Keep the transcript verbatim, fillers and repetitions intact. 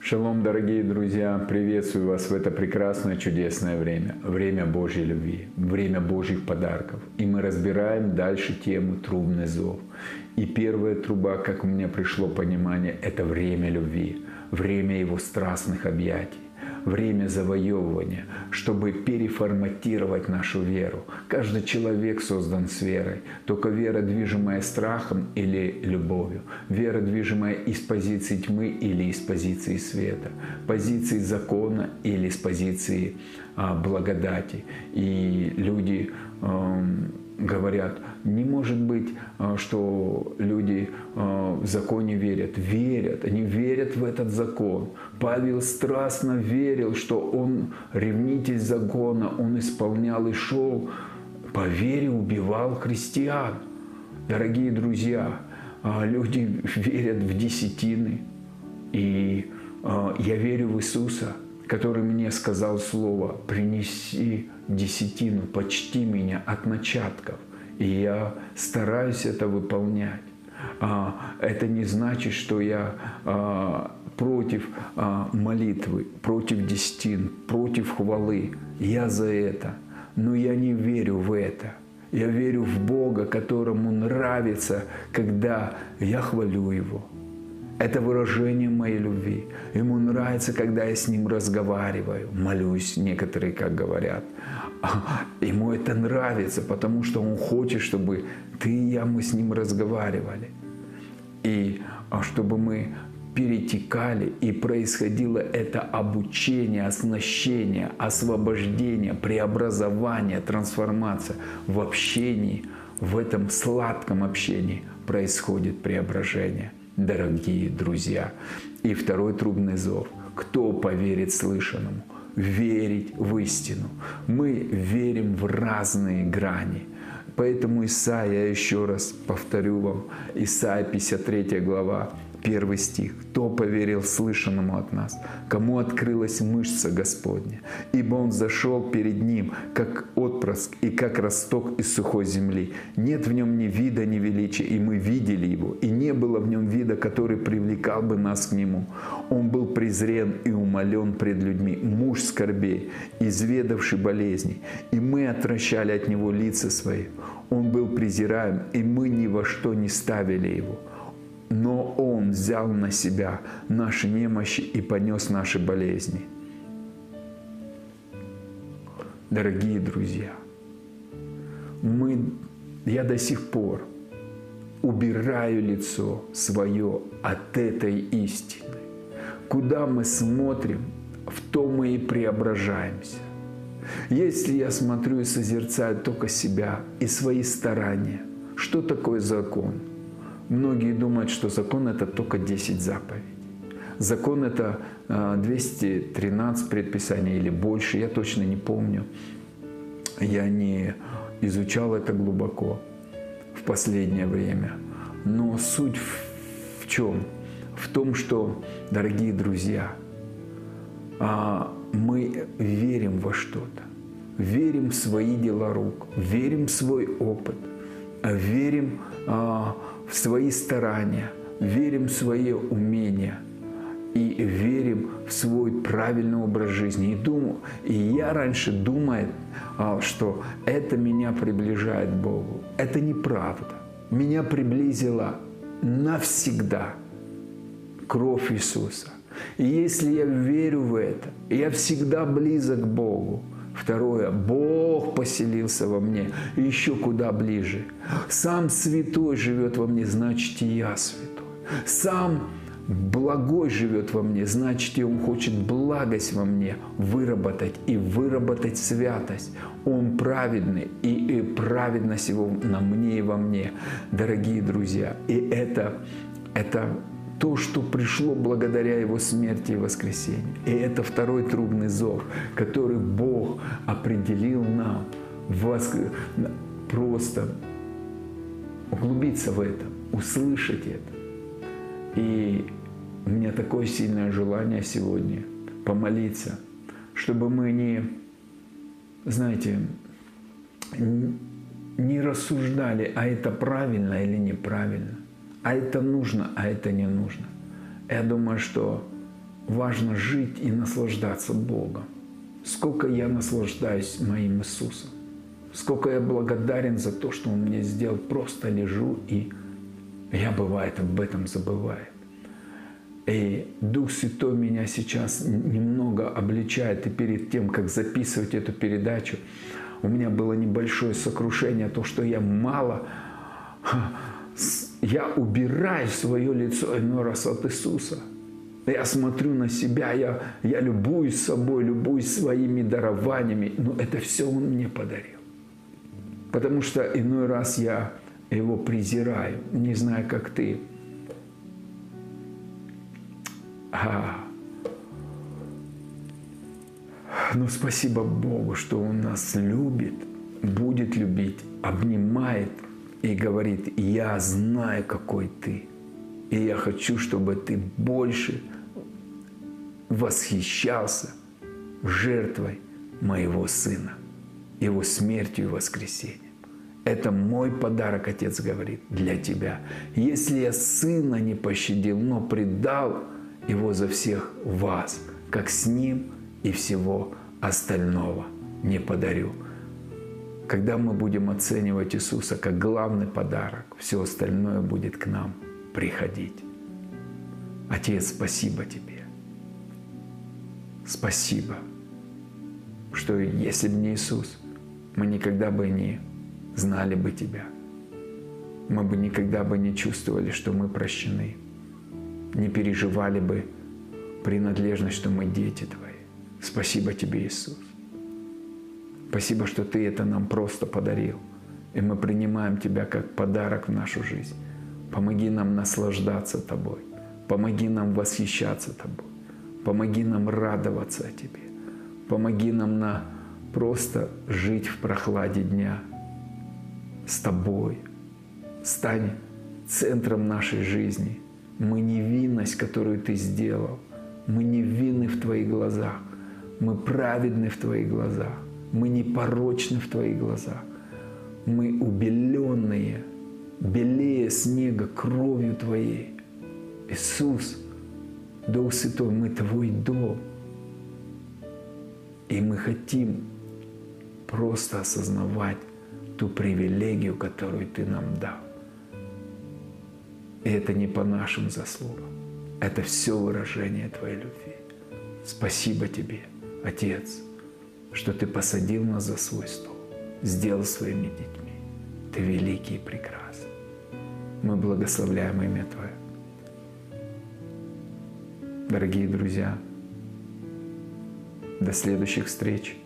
Шалом, дорогие друзья! Приветствую вас в это прекрасное, чудесное время. Время Божьей любви, время Божьих подарков. И мы разбираем дальше тему «Трубный зов». И первая труба, как у меня пришло понимание, это время любви, время Его страстных объятий, время завоевывания, чтобы переформатировать нашу веру. Каждый человек создан с верой, только вера, движимая страхом или любовью, вера, движимая из позиции тьмы или из позиции света, позиции закона или с позиции а, благодати. И люди эм, говорят, не может быть, что люди в законе верят. Верят, они верят в этот закон. Павел страстно верил, что он ревнитель закона, он исполнял и шел. По вере убивал христиан. Дорогие друзья, люди верят в десятины. И я верю в Иисуса, который мне сказал слово: «Принеси десятину, почти меня от начатков». И я стараюсь это выполнять. Это не значит, что я против молитвы, против десятин, против хвалы. Я за это. Но я не верю в это. Я верю в Бога, которому нравится, когда я хвалю Его. Это выражение моей любви. Ему нравится, когда я с Ним разговариваю, молюсь, некоторые как говорят. Ему это нравится, потому что Он хочет, чтобы ты и я, мы с Ним разговаривали. И чтобы мы перетекали, и происходило это обучение, оснащение, освобождение, преобразование, трансформация в общении, в этом сладком общении происходит преображение. Дорогие друзья. И второй трубный зов. Кто поверит слышанному? Верить в истину. Мы верим в разные грани. Поэтому Исайя, я еще раз повторю вам, Исайя пятьдесят третья глава, первый стих. «Кто поверил слышанному от нас? Кому открылась мышца Господня? Ибо Он зашел перед Ним, как отпрыск и как росток из сухой земли. Нет в Нем ни вида, ни величия, и мы видели Его, и не было в Нем вида, который привлекал бы нас к Нему. Он был презрен и умолен пред людьми, муж скорбей, изведавший болезней, и мы отвращали от Него лица свои. Он был презираем, и мы ни во что не ставили Его. Но Он взял на себя наши немощи и понес наши болезни». Дорогие друзья, мы, я до сих пор убираю лицо свое от этой истины. Куда мы смотрим, в то мы и преображаемся. Если я смотрю и созерцаю только себя и свои старания, что такое закон? Многие думают, что закон – это только десять заповедей. Закон – это двести тринадцать предписаний или больше, я точно не помню. Я не изучал это глубоко в последнее время. Но суть в чем? В том, что, дорогие друзья, мы верим во что-то. Верим в свои дела рук, верим в свой опыт, верим в в свои старания, верим в свои умения и верим в свой правильный образ жизни. И, думаю, и я раньше думал, что это меня приближает к Богу. Это неправда. Меня приблизила навсегда кровь Иисуса. И если я верю в это, я всегда близок к Богу. Второе. Бог поселился во мне, еще куда ближе. Сам Святой живет во мне, значит, и я святой. Сам Благой живет во мне, значит, и Он хочет благость во мне выработать и выработать святость. Он праведный, и, и праведность Его на мне и во мне, дорогие друзья. И это, это то, что пришло благодаря Его смерти и воскресению. И это второй трубный зов, который Бог определил нам воск... просто углубиться в это, услышать это. И у меня такое сильное желание сегодня помолиться, чтобы мы не, знаете, не рассуждали, а это правильно или неправильно. А это нужно, а это не нужно. Я думаю, что важно жить и наслаждаться Богом. Сколько я наслаждаюсь моим Иисусом. Сколько я благодарен за то, что Он мне сделал. Просто лежу, и я, бывает, об этом забываю. И Дух Святой меня сейчас немного обличает. И перед тем, как записывать эту передачу, у меня было небольшое сокрушение, то, что я мало, я убираю свое лицо иной раз от Иисуса. Я смотрю на себя, я, я любуюсь собой, любуюсь своими дарованиями, но это все Он мне подарил. Потому что иной раз я Его презираю, не знаю, как ты. А. Но спасибо Богу, что Он нас любит, будет любить, обнимает и говорит: я знаю, какой ты. И я хочу, чтобы ты больше восхищался жертвой моего Сына, Его смертью и воскресением. Это мой подарок, Отец говорит, для тебя. Если я Сына не пощадил, но предал Его за всех вас, как с Ним и всего остального не подарю. Когда мы будем оценивать Иисуса как главный подарок, все остальное будет к нам приходить. Отец, спасибо Тебе. Спасибо, что если бы не Иисус, мы никогда бы не знали бы Тебя. Мы бы никогда бы не чувствовали, что мы прощены. Не переживали бы принадлежность, что мы дети Твои. Спасибо Тебе, Иисус. Спасибо, что Ты это нам просто подарил. И мы принимаем Тебя как подарок в нашу жизнь. Помоги нам наслаждаться Тобой. Помоги нам восхищаться Тобой. Помоги нам радоваться о Тебе. Помоги нам на просто жить в прохладе дня с Тобой. Стань центром нашей жизни. Мы невинность, которую Ты сделал. Мы невинны в Твоих глазах. Мы праведны в Твоих глазах. Мы непорочны в Твоих глазах. Мы убеленные, белее снега кровью Твоей. Иисус, Дух Святой, мы Твой дом. И мы хотим просто осознавать ту привилегию, которую Ты нам дал. И это не по нашим заслугам. Это все выражение Твоей любви. Спасибо Тебе, Отец, что Ты посадил нас за свой стол, сделал своими детьми. Ты великий и прекрасный. Мы благословляем имя Твое. Дорогие друзья, до следующих встреч.